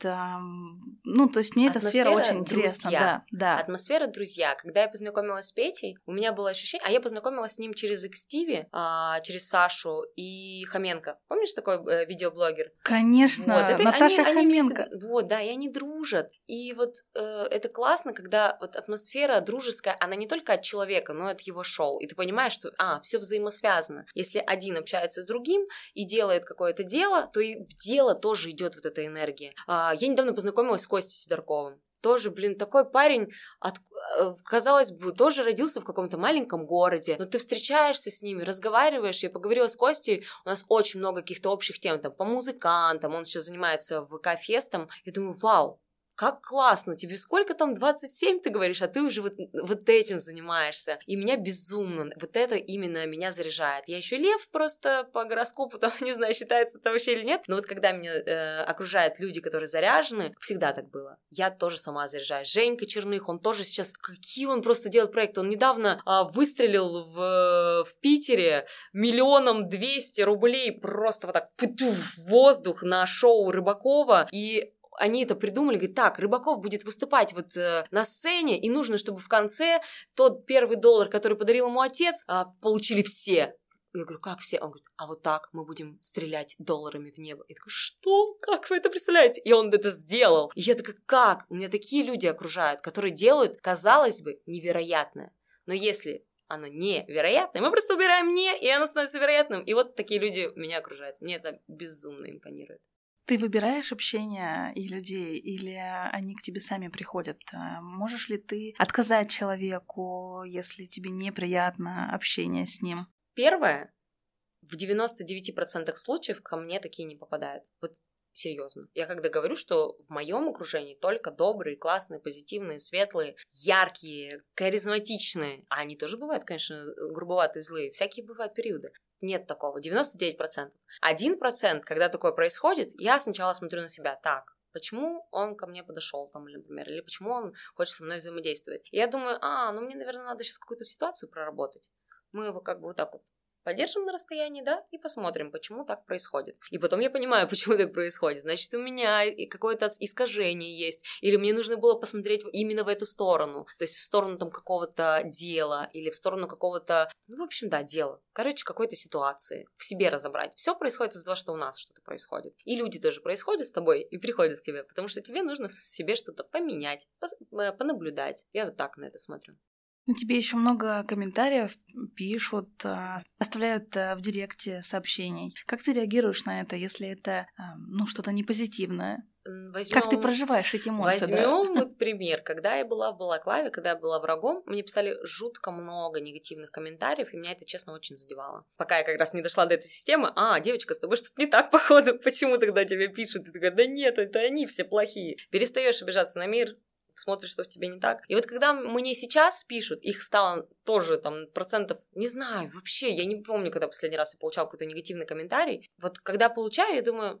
Ну, то есть мне эта сфера очень интересна. Да, да. Атмосфера друзья. Когда я познакомилась с Петей, у меня было ощущение, а я познакомилась с ним через X T V, а, через Сашу и Хоменко. Помнишь такой э, видеоблогер? Конечно, вот, это Наташа они, Хоменко. Они вместе, вот, да, и они дружат. И вот э, это классно, когда вот атмосфера дружеская, она не только от человека, но и от его шоу. И ты понимаешь, что, а, все взаимосвязано. Если один общается с другим и делает какое-то дело, то и в дело тоже идет вот эта энергия. А, я недавно познакомилась с Костей Сидорковым. Тоже, блин, такой парень, от, казалось бы, тоже родился в каком-то маленьком городе, но ты встречаешься с ними, разговариваешь. Я поговорила с Костей, у нас очень много каких-то общих тем, там, по музыкантам, он сейчас занимается ВК-фестом. Я думаю, вау, как классно, тебе сколько там, двадцать семь, ты говоришь, а ты уже вот, вот этим занимаешься. И меня безумно, вот это именно меня заряжает. Я еще лев просто по гороскопу, там, не знаю, считается это вообще или нет, но вот когда меня э, окружают люди, которые заряжены, всегда так было. Я тоже сама заряжаюсь. Женька Черных, он тоже сейчас, какие он просто делает проекты. Он недавно э, выстрелил в, в Питере миллионом двести рублей просто вот так в воздух на шоу Рыбакова, и они это придумали, говорят, так, Рыбаков будет выступать вот э, на сцене, и нужно, чтобы в конце тот первый доллар, который подарил ему отец, э, получили все. Я говорю, как все? Он говорит, а вот так мы будем стрелять долларами в небо. Я такая, что? Как вы это представляете? И он это сделал. И я такая, как? У меня такие люди окружают, которые делают, казалось бы, невероятное. Но если оно невероятное, мы просто убираем «не», и оно становится вероятным. И вот такие люди меня окружают. Мне это безумно импонирует. Ты выбираешь общение и людей, или они к тебе сами приходят? Можешь ли ты отказать человеку, если тебе неприятно общение с ним? Первое, в девяноста девяти процентах случаев ко мне такие не попадают. Вот серьезно. Я когда говорю, что в моем окружении только добрые, классные, позитивные, светлые, яркие, харизматичные, а они тоже бывают, конечно, грубоватые, злые, всякие бывают периоды. Нет такого, девяносто девять процентов. один процент, когда такое происходит, я сначала смотрю на себя, так, почему он ко мне подошел, там, например, или почему он хочет со мной взаимодействовать. И я думаю, а, ну мне, наверное, надо сейчас какую-то ситуацию проработать. Мы его как бы вот так вот поддержим на расстоянии, да, и посмотрим, почему так происходит. И потом я понимаю, почему так происходит. Значит, у меня какое-то искажение есть, или мне нужно было посмотреть именно в эту сторону, то есть в сторону там какого-то дела, или в сторону какого-то, ну, в общем, да, дела. Короче, какой-то ситуации. В себе разобрать. Все происходит из-за того, что у нас что-то происходит. И люди тоже происходят с тобой и приходят к тебе, потому что тебе нужно в себе что-то поменять, понаблюдать. Я вот так на это смотрю. Ну, тебе еще много комментариев пишут, оставляют в директе сообщений. Как ты реагируешь на это, если это, ну, что-то непозитивное? Возьмем, как ты проживаешь эти эмоции? Возьмем да? вот пример. Когда я была в Балаклаве, когда я была врагом, мне писали жутко много негативных комментариев, и меня это, честно, очень задевало. Пока я как раз не дошла до этой системы, а, девочка, с тобой что-то не так, походу, почему тогда тебе пишут? Ты такая, да нет, это они все плохие. Перестаешь обижаться на мир, смотришь, что в тебе не так. И вот когда мне сейчас пишут, их стало тоже там процентов, не знаю, вообще, я не помню, когда последний раз я получала какой-то негативный комментарий. Вот когда получаю, я думаю,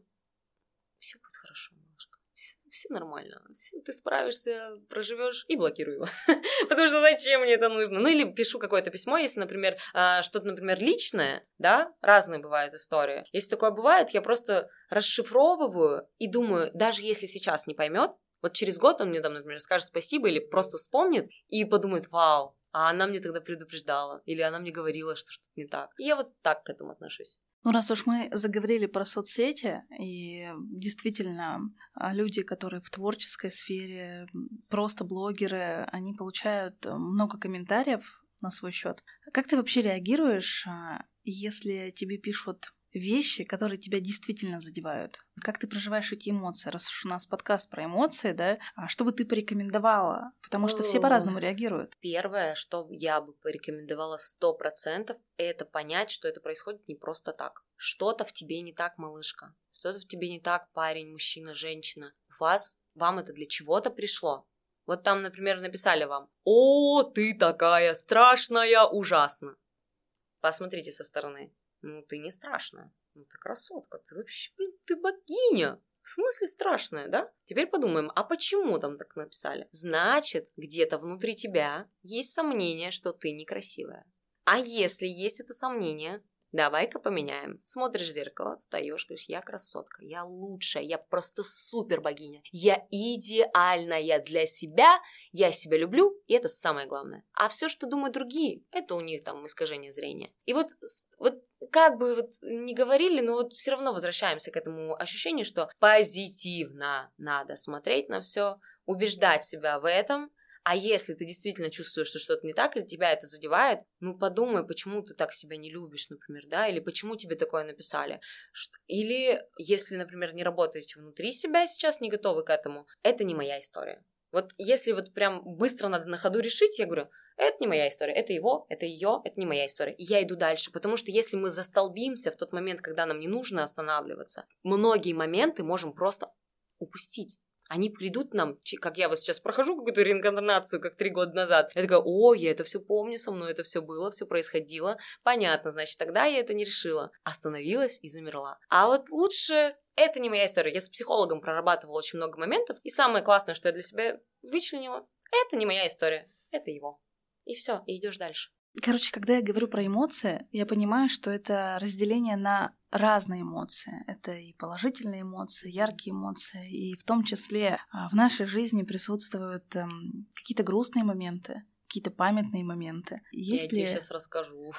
все будет хорошо, малышка, все, все нормально, все, ты справишься, проживешь и блокирую его. Потому что зачем мне это нужно? Ну или пишу какое-то письмо, если, например, что-то, например, личное, да, разные бывают истории. Если такое бывает, я просто расшифровываю и думаю, даже если сейчас не поймет, вот через год он мне там, например, скажет спасибо или просто вспомнит и подумает, вау, а она мне тогда предупреждала, или она мне говорила, что что-то не так. И я вот так к этому отношусь. Ну, раз уж мы заговорили про соцсети, и действительно люди, которые в творческой сфере, просто блогеры, они получают много комментариев на свой счет. Как ты вообще реагируешь, если тебе пишут вещи, которые тебя действительно задевают? Как ты проживаешь эти эмоции? Раз уж у нас подкаст про эмоции, да, а что бы ты порекомендовала? Потому что все по-разному реагируют. Первое, что я бы порекомендовала сто процентов, это понять, что это происходит не просто так. Что-то в тебе не так, малышка. Что-то в тебе не так, парень, мужчина, женщина. У вас, вам это для чего-то пришло. Вот там, например, написали вам: «О, ты такая страшная, ужасно». Посмотрите со стороны. Ну, ты не страшная. Ну, ты красотка. Ты вообще, блин, ты богиня. В смысле страшная, да? Теперь подумаем, а почему там так написали? Значит, где-то внутри тебя есть сомнение, что ты некрасивая. А если есть это сомнение, давай-ка поменяем. Смотришь в зеркало, встаешь, говоришь, я красотка, я лучшая, я просто супер богиня. Я идеальная для себя, я себя люблю, и это самое главное. А все, что думают другие, это у них там искажение зрения. И вот, вот как бы вот не говорили, но вот все равно возвращаемся к этому ощущению, что позитивно надо смотреть на все, убеждать себя в этом. А если ты действительно чувствуешь, что что-то не так, или тебя это задевает, ну подумай, почему ты так себя не любишь, например, да, или почему тебе такое написали. Или если, например, не работаете внутри себя сейчас, не готовы к этому, это не моя история. Вот если вот прям быстро надо на ходу решить, я говорю, это не моя история, это его, это ее, это не моя история. И я иду дальше, потому что если мы застолбимся в тот момент, когда нам не нужно останавливаться, многие моменты можем просто упустить. Они придут нам, как я вот сейчас прохожу какую-то реинкарнацию, как три года назад. Я такая, о, я это все помню, со мной это все было, все происходило. Понятно, значит, тогда я это не решила. Остановилась и замерла. А вот лучше... Это не моя история. Я с психологом прорабатывала очень много моментов. И самое классное, что я для себя вычленила, это не моя история, это его. И все, и идешь дальше. Короче, когда я говорю про эмоции, я понимаю, что это разделение на разные эмоции. Это и положительные эмоции, яркие эмоции, и в том числе в нашей жизни присутствуют эм, какие-то грустные моменты, какие-то памятные моменты. Если... Я тебе сейчас расскажу.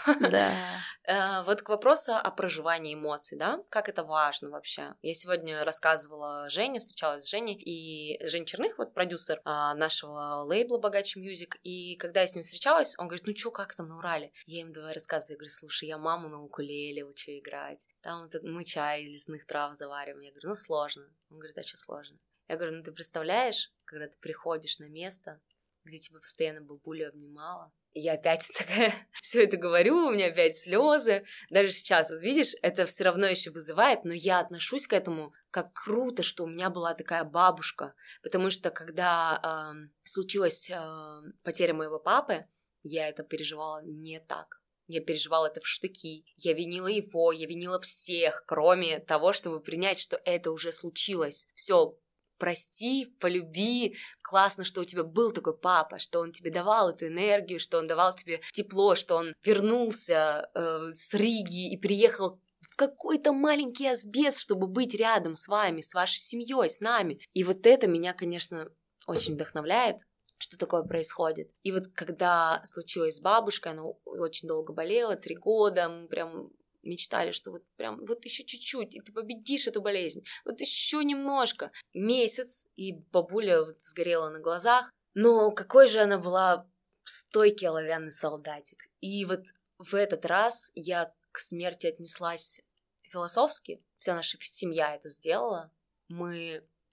Да. Вот к вопросу о проживании эмоций, да? Как это важно вообще? Я сегодня рассказывала Жене, встречалась с Женей, и Жень Черных, вот продюсер нашего лейбла «Богаче Мьюзик», и когда я с ним встречалась, он говорит, ну чё, как там на Урале? Я им давай рассказываю, я говорю, слушай, я маму на укулеле учу играть, там вот мы чай из лесных трав завариваем. Я говорю, ну сложно. Он говорит, а что сложно? Я говорю, ну ты представляешь, когда ты приходишь на место, где тебя постоянно бабуля обнимала. И я опять такая все это говорю, у меня опять слезы. Даже сейчас, вот видишь, это все равно еще вызывает, но я отношусь к этому как круто, что у меня была такая бабушка. Потому что когда э, случилась э, потеря моего папы, я это переживала не так. Я переживала это в штыки. Я винила его, я винила всех, кроме того, чтобы принять, что это уже случилось. Все. Прости, полюби, классно, что у тебя был такой папа, что он тебе давал эту энергию, что он давал тебе тепло, что он вернулся э, с Риги и приехал в какой-то маленький Асбест, чтобы быть рядом с вами, с вашей семьей, с нами. И вот это меня, конечно, очень вдохновляет, что такое происходит. И вот когда случилось с бабушкой, она очень долго болела, три года, мы прям... мечтали, что вот прям вот еще чуть-чуть, и ты победишь эту болезнь, вот еще немножко. Месяц, и бабуля вот сгорела на глазах, но какой же она была стойкий оловянный солдатик. И вот в этот раз я к смерти отнеслась философски, вся наша семья это сделала, мы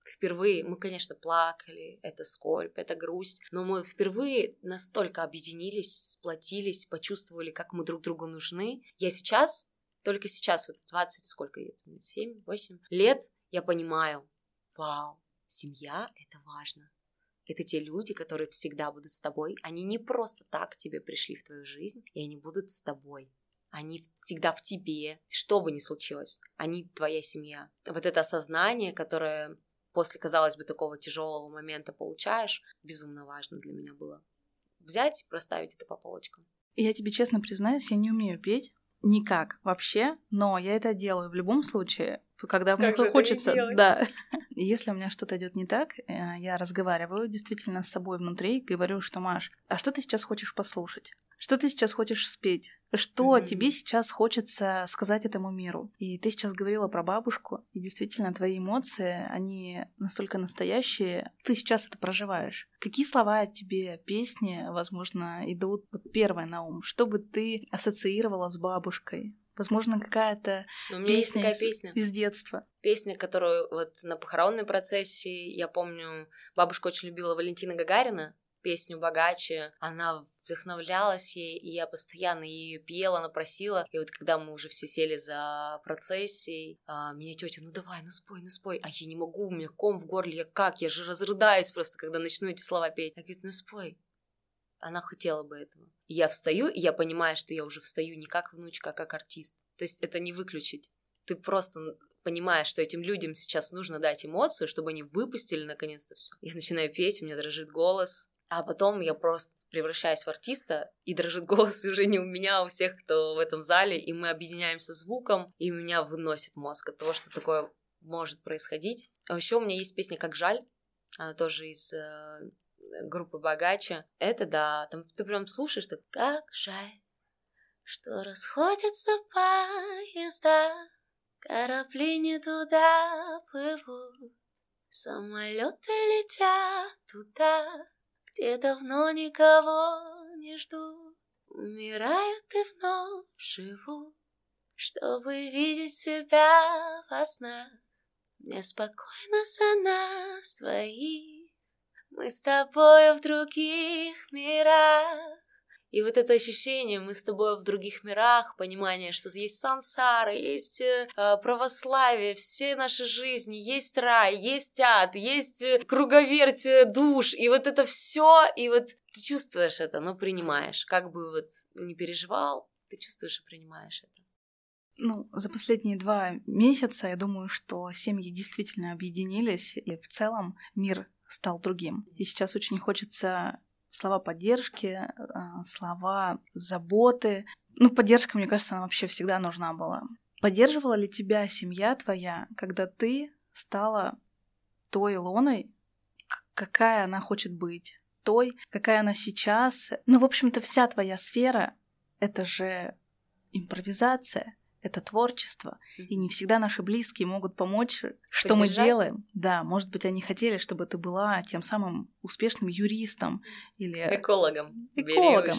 Впервые мы, конечно, плакали, это скорбь, это грусть, но мы впервые настолько объединились, сплотились, почувствовали, как мы друг другу нужны. Я сейчас, только сейчас, вот в двадцать, сколько лет, семь-восемь лет, я понимаю, вау, семья — это важно. Это те люди, которые всегда будут с тобой. Они не просто так к тебе пришли в твою жизнь, и они будут с тобой. Они всегда в тебе, что бы ни случилось. Они твоя семья. Вот это осознание, которое после, казалось бы, такого тяжелого момента получаешь, безумно важно для меня было. Взять и проставить это по полочкам. Я тебе честно признаюсь, я не умею петь. Никак вообще, но я это делаю в любом случае, когда мне хочется, да. Если у меня что-то идет не так, я разговариваю действительно с собой внутри, говорю, что Маш, а что ты сейчас хочешь послушать? Что ты сейчас хочешь спеть? Что mm-hmm. тебе сейчас хочется сказать этому миру? И ты сейчас говорила про бабушку, и действительно твои эмоции, они настолько настоящие, ты сейчас это проживаешь. Какие слова тебе, песни, возможно, идут вот первое на ум? Что бы ты ассоциировала с бабушкой? Возможно, какая-то У меня песня, есть такая из, песня из детства. Песня, которую вот на похоронной процессии, я помню, бабушка очень любила Валентина Гагарина, песню «Богаче». Она вдохновлялась ей, и я постоянно ее пела, она просила. И вот когда мы уже все сели за процессией, а, меня тетя, ну давай, ну спой, ну спой. А я не могу, у меня ком в горле, я как? Я же разрыдаюсь просто, когда начну эти слова петь. Она говорит, ну спой. Она хотела бы этого. И я встаю, и я понимаю, что я уже встаю не как внучка, а как артист. То есть это не выключить. Ты просто понимаешь, что этим людям сейчас нужно дать эмоцию, чтобы они выпустили наконец-то все. Я начинаю петь, у меня дрожит голос. А потом я просто превращаюсь в артиста, и дрожит голос уже не у меня, а у всех, кто в этом зале, и мы объединяемся звуком, и меня выносит мозг от того, что такое может происходить. А еще у меня есть песня «Как жаль», она тоже из э, группы «Богаче». Это да, там ты прям слушаешь, так «Как жаль, что расходятся поезда, корабли не туда плывут, самолеты летят туда, где давно никого не ждут, умирают и вновь живут, чтобы видеть себя во снах. Мне спокойно за нас двоих, мы с тобой в других мирах. И вот это ощущение, мы с тобой в других мирах, понимание, что есть сансара, есть э, православие, все наши жизни, есть рай, есть ад, есть э, круговерть э, душ, и вот это все, и вот ты чувствуешь это, но принимаешь, как бы вот не переживал, ты чувствуешь и принимаешь это. Ну, за последние два месяца, я думаю, что семьи действительно объединились, и в целом мир стал другим. И сейчас очень хочется слова поддержки, слова заботы. Ну, поддержка, мне кажется, она вообще всегда нужна была. Поддерживала ли тебя семья твоя, когда ты стала той Илоной, какая она хочет быть? Той, какая она сейчас? Ну, в общем-то, вся твоя сфера — это же импровизация. Это творчество, mm-hmm. и не всегда наши близкие могут помочь, что Поддержать? Мы делаем. Да, может быть, они хотели, чтобы ты была тем самым успешным юристом или... Экологом. Экологом.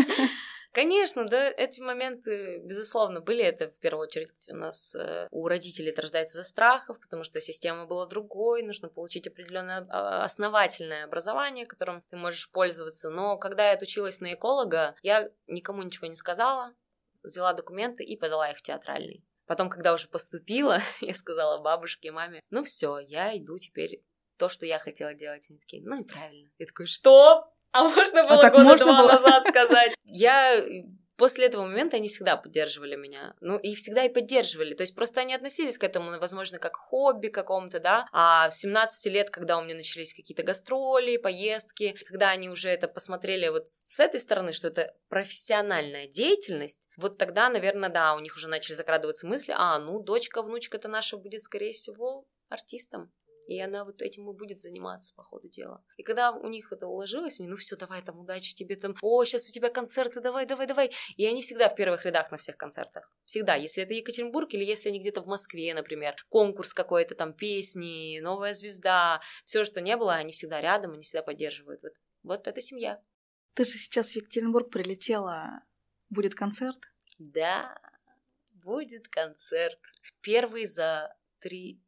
Конечно, да, эти моменты, безусловно, были. Это, в первую очередь, у нас, у родителей это рождается из-за страхов, потому что система была другой, нужно получить определенное основательное образование, которым ты можешь пользоваться. Но когда я отучилась на эколога, я никому ничего не сказала, взяла документы и подала их в театральный. Потом, когда уже поступила, я сказала бабушке и маме, ну все, я иду теперь то, что я хотела делать. Они такие, ну и правильно. Я такой, что? А можно было а года два было? назад сказать? Я... После этого момента они всегда поддерживали меня. Ну, и всегда и поддерживали. То есть просто они относились к этому, возможно, как хобби какому-то, да. А в семнадцать лет, когда у меня начались какие-то гастроли, поездки, когда они уже это посмотрели вот с этой стороны, что это профессиональная деятельность, вот тогда, наверное, да, у них уже начали закрадываться мысли, а, ну, дочка, внучка-то наша будет, скорее всего, артистом. И она вот этим и будет заниматься по ходу дела. И когда у них это уложилось, они, ну все, давай там, удачи тебе там, о, сейчас у тебя концерты, давай, давай, давай. И они всегда в первых рядах на всех концертах. Всегда, если это Екатеринбург или если они где-то в Москве, например, конкурс какой-то там, песни, новая звезда, все, что не было, они всегда рядом, они всегда поддерживают. Вот, вот это семья. Ты же сейчас в Екатеринбург прилетела, будет концерт? Да, будет концерт. Первый за три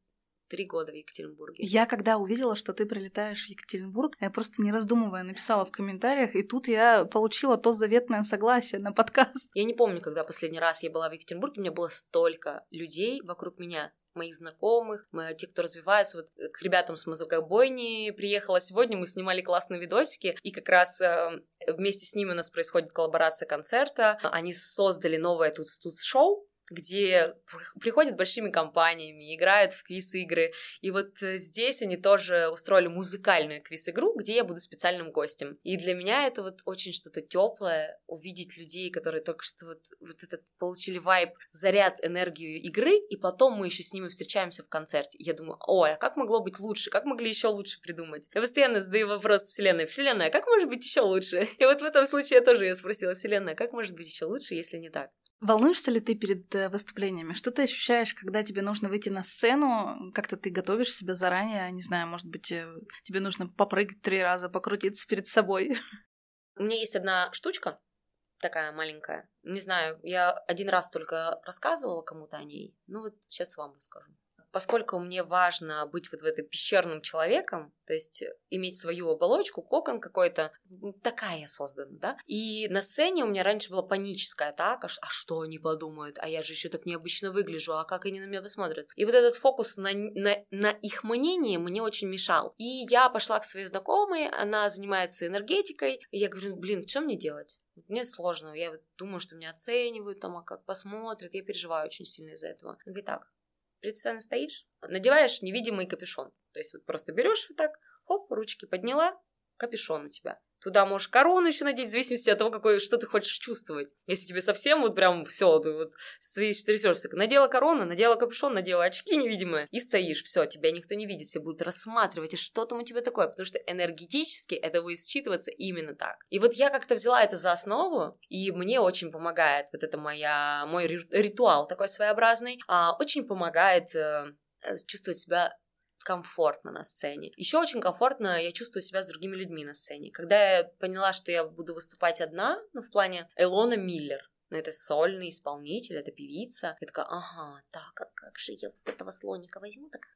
Три года в Екатеринбурге. Я когда увидела, что ты прилетаешь в Екатеринбург, я просто не раздумывая написала в комментариях, и тут я получила то заветное согласие на подкаст. Я не помню, когда последний раз я была в Екатеринбурге, у меня было столько людей вокруг меня, моих знакомых, мои, те, кто развивается. Вот к ребятам с музыкобойни приехала сегодня, мы снимали классные видосики, и как раз э, вместе с ними у нас происходит коллаборация концерта. Они создали новое тут-тут-шоу, где приходят большими компаниями, играют в квиз-игры. И вот здесь они тоже устроили музыкальную квиз-игру, где я буду специальным гостем. И для меня это вот очень что-то теплое, увидеть людей, которые только что вот, вот этот получили вайб, заряд, энергию игры, и потом мы еще с ними встречаемся в концерте. И я думаю, ой, а как могло быть лучше? Как могли еще лучше придумать? Я постоянно задаю вопрос Вселенной. Вселенная, как может быть еще лучше? И вот в этом случае я тоже ее спросила. Вселенная, как может быть еще лучше, если не так? Волнуешься ли ты перед выступлениями? Что ты ощущаешь, когда тебе нужно выйти на сцену? Как-то ты готовишь себя заранее? Не знаю, может быть, тебе нужно попрыгать три раза, покрутиться перед собой? У меня есть одна штучка, такая маленькая. Не знаю, я один раз только рассказывала кому-то о ней. Ну вот сейчас вам расскажу. Поскольку мне важно быть вот в этом пещерным человеком, то есть иметь свою оболочку, кокон какой-то, такая я создана, да, и на сцене у меня раньше была паническая атака, а что они подумают, а я же еще так необычно выгляжу, а как они на меня посмотрят. И вот этот фокус на, на, на их мнении мне очень мешал. И я пошла к своей знакомой, она занимается энергетикой, и я говорю, блин, что мне делать? Мне сложно, я вот думаю, что меня оценивают, там, а как посмотрят, я переживаю очень сильно из-за этого. Она говорит, так, перед сценой стоишь, надеваешь невидимый капюшон. То есть вот просто берешь вот так, хоп, ручки подняла, капюшон у тебя. Туда можешь корону еще надеть, в зависимости от того, какой, что ты хочешь чувствовать. Если тебе совсем вот прям все, ты вот стоишь, трясешься. Надела корону, надела капюшон, надела очки невидимые и стоишь. Все, тебя никто не видит, все будут рассматривать, и что там у тебя такое. Потому что энергетически это будет считываться именно так. И вот я как-то взяла это за основу, и мне очень помогает вот это моя, мой ритуал такой своеобразный, а, очень помогает э, чувствовать себя комфортно на сцене. Еще очень комфортно я чувствую себя с другими людьми на сцене. Когда я поняла, что я буду выступать одна, ну, в плане Илона Миллер, ну, это сольный исполнитель, это певица, я такая, ага, так, а как же я этого слоника возьму, так,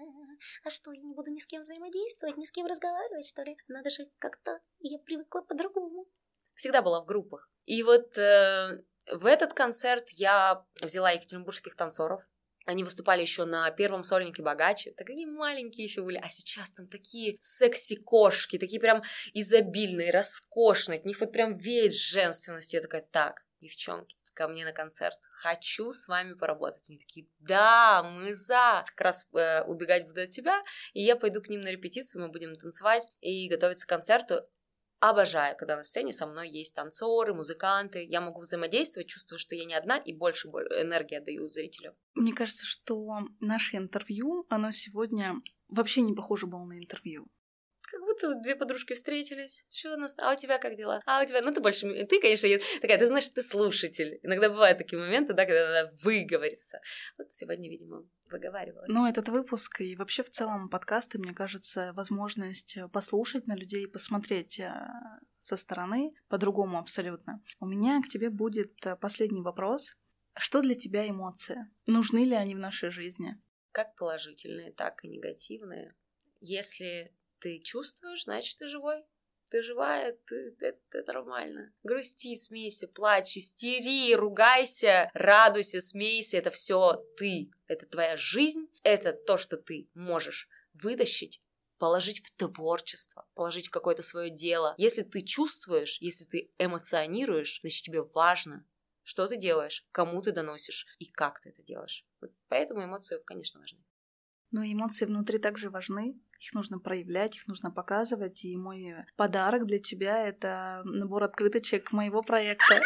а что, я не буду ни с кем взаимодействовать, ни с кем разговаривать, что ли? Надо же как-то, я привыкла по-другому. Всегда была в группах. И вот э, в этот концерт я взяла екатеринбургских танцоров. Они выступали еще на первом сольнике «Богаче». Такие маленькие еще были. А сейчас там такие секси-кошки, такие прям изобильные, роскошные. От них вот прям веет женственностью. Я такая, так, девчонки, ко мне на концерт. Хочу с вами поработать. Они такие, да, мы за. Как раз э, убегать буду от тебя. И я пойду к ним на репетицию, мы будем танцевать и готовиться к концерту. Обожаю, когда на сцене со мной есть танцоры, музыканты. Я могу взаимодействовать, чувствую, что я не одна, и больше энергии отдаю зрителю. Мне кажется, что наше интервью, оно сегодня вообще не похоже было на интервью. Как будто две подружки встретились. Что у нас? А у тебя как дела? А у тебя? Ну, ты больше... Ты, конечно, такая, ты знаешь, ты слушатель. Иногда бывают такие моменты, да, когда надо выговориться. Вот сегодня, видимо, выговаривалась. Ну, этот выпуск и вообще в целом подкасты, мне кажется, возможность послушать на людей, посмотреть со стороны по-другому абсолютно. У меня к тебе будет последний вопрос. Что для тебя эмоции? Нужны ли они в нашей жизни? Как положительные, так и негативные. Если ты чувствуешь, значит, ты живой. Ты живая, ты, это, это нормально. Грусти, смейся, плачь, истери, ругайся, радуйся, смейся. Это все ты. Это твоя жизнь. Это то, что ты можешь вытащить, положить в творчество, положить в какое-то свое дело. Если ты чувствуешь, если ты эмоционируешь, значит, тебе важно, что ты делаешь, кому ты доносишь и как ты это делаешь. Вот поэтому эмоции, конечно, важны. Но эмоции внутри также важны. Их нужно проявлять, их нужно показывать. И мой подарок для тебя — это набор открыточек моего проекта.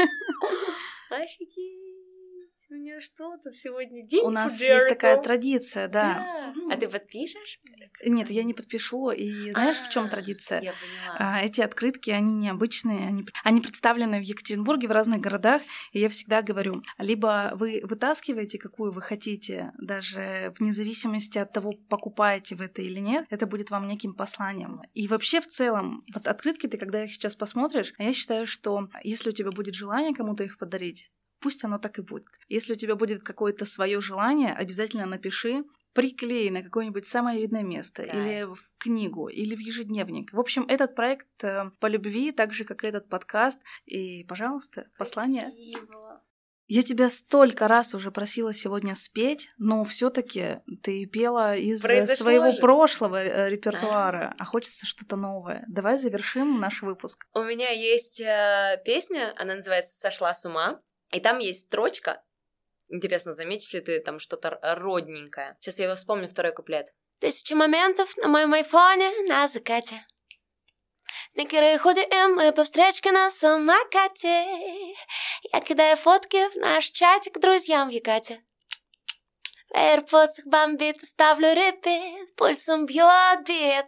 Офигеть! У меня что тут сегодня день? У нас есть такая традиция, да. А ты подпишешь? Нет, я не подпишу. И знаешь, в чем традиция? Я поняла. Эти открытки, они необычные. Они, они представлены в Екатеринбурге, в разных городах. И я всегда говорю, либо вы вытаскиваете, какую вы хотите, даже вне зависимости от того, покупаете вы это или нет, это будет вам неким посланием. И вообще в целом, вот открытки ты, когда их сейчас посмотришь, я считаю, что если у тебя будет желание кому-то их подарить, пусть оно так и будет. Если у тебя будет какое-то свое желание, обязательно напиши приклей на какое-нибудь самое видное место, Кайф. или в книгу, или в ежедневник. В общем, этот проект э, по любви, так же, как и этот подкаст. И, пожалуйста, послание. Спасибо. Я тебя столько раз уже просила сегодня спеть, но все-таки ты пела из Произошло своего же. прошлого э, репертуара, А. а хочется что-то новое. Давай завершим наш выпуск. У меня есть э, песня, она называется «Сошла с ума», и там есть строчка. Интересно, заметишь ли ты там что-то родненькое? Сейчас я его вспомню, второй куплет. Тысячи моментов на моем айфоне на закате. Сникеры, худи и мы по встречке на самокате. Я кидаю фотки в наш чатик друзьям в Якате. В AirPods бомбит, ставлю репит, пульсом бьет бит.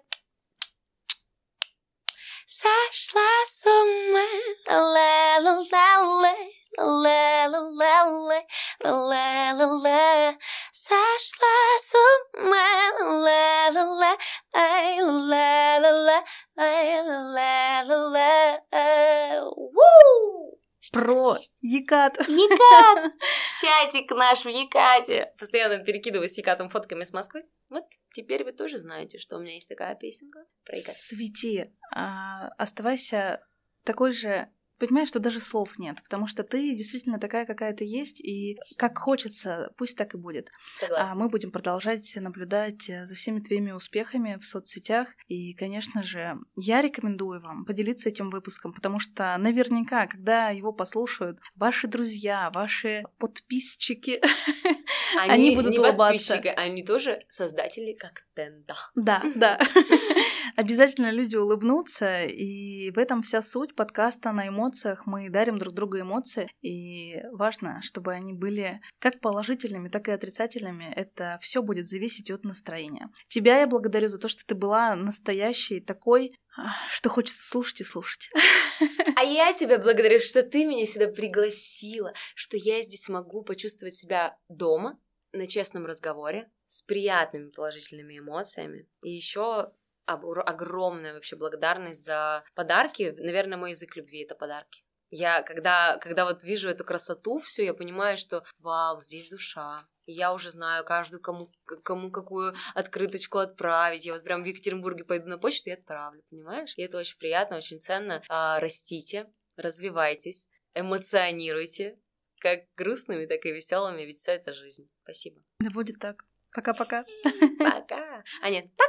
Сошла с ума, ла-ла-ла-ла-ла, ла-ла-ла-ла-ла, ла-ла-ла-ла. Сошла с ума, ла-ла-ла, ай, ла-ла-ла, ай, ла-ла-ла-ла. Ву! Про Екат. Екат! Чатик наш в Екате. Постоянно перекидываюсь с Екатом фотками с Москвы. Вот теперь вы тоже знаете, что у меня есть такая песенка про Екат. Свети, а, оставайся такой же. Понимаешь, что даже слов нет, потому что ты действительно такая, какая ты есть, и как хочется, пусть так и будет. Согласна. А мы будем продолжать наблюдать за всеми твоими успехами в соцсетях. И, конечно же, я рекомендую вам поделиться этим выпуском, потому что наверняка, когда его послушают ваши друзья, ваши подписчики, Они, они будут не улыбаться. подписчики, они тоже создатели контента. Да, да. Обязательно люди улыбнутся, и в этом вся суть подкаста на эмоциях. Мы дарим друг другу эмоции, и важно, чтобы они были как положительными, так и отрицательными. Это все будет зависеть от настроения. Тебя я благодарю за то, что ты была настоящей такой, что хочется слушать и слушать. А я тебя благодарю, что ты меня сюда пригласила, что я здесь могу почувствовать себя дома, на честном разговоре, с приятными положительными эмоциями. И еще огромная вообще благодарность за подарки. Наверное, мой язык любви — это подарки. Я, когда, когда вот вижу эту красоту всю, я понимаю, что вау, здесь душа. И я уже знаю каждую, кому, кому какую открыточку отправить. Я вот прям в Екатеринбурге пойду на почту и отправлю, понимаешь? И это очень приятно, очень ценно. А, растите, развивайтесь, эмоционируйте. Как грустными, так и веселыми, ведь все это жизнь. Спасибо. Да будет так. Пока-пока. Пока. А нет,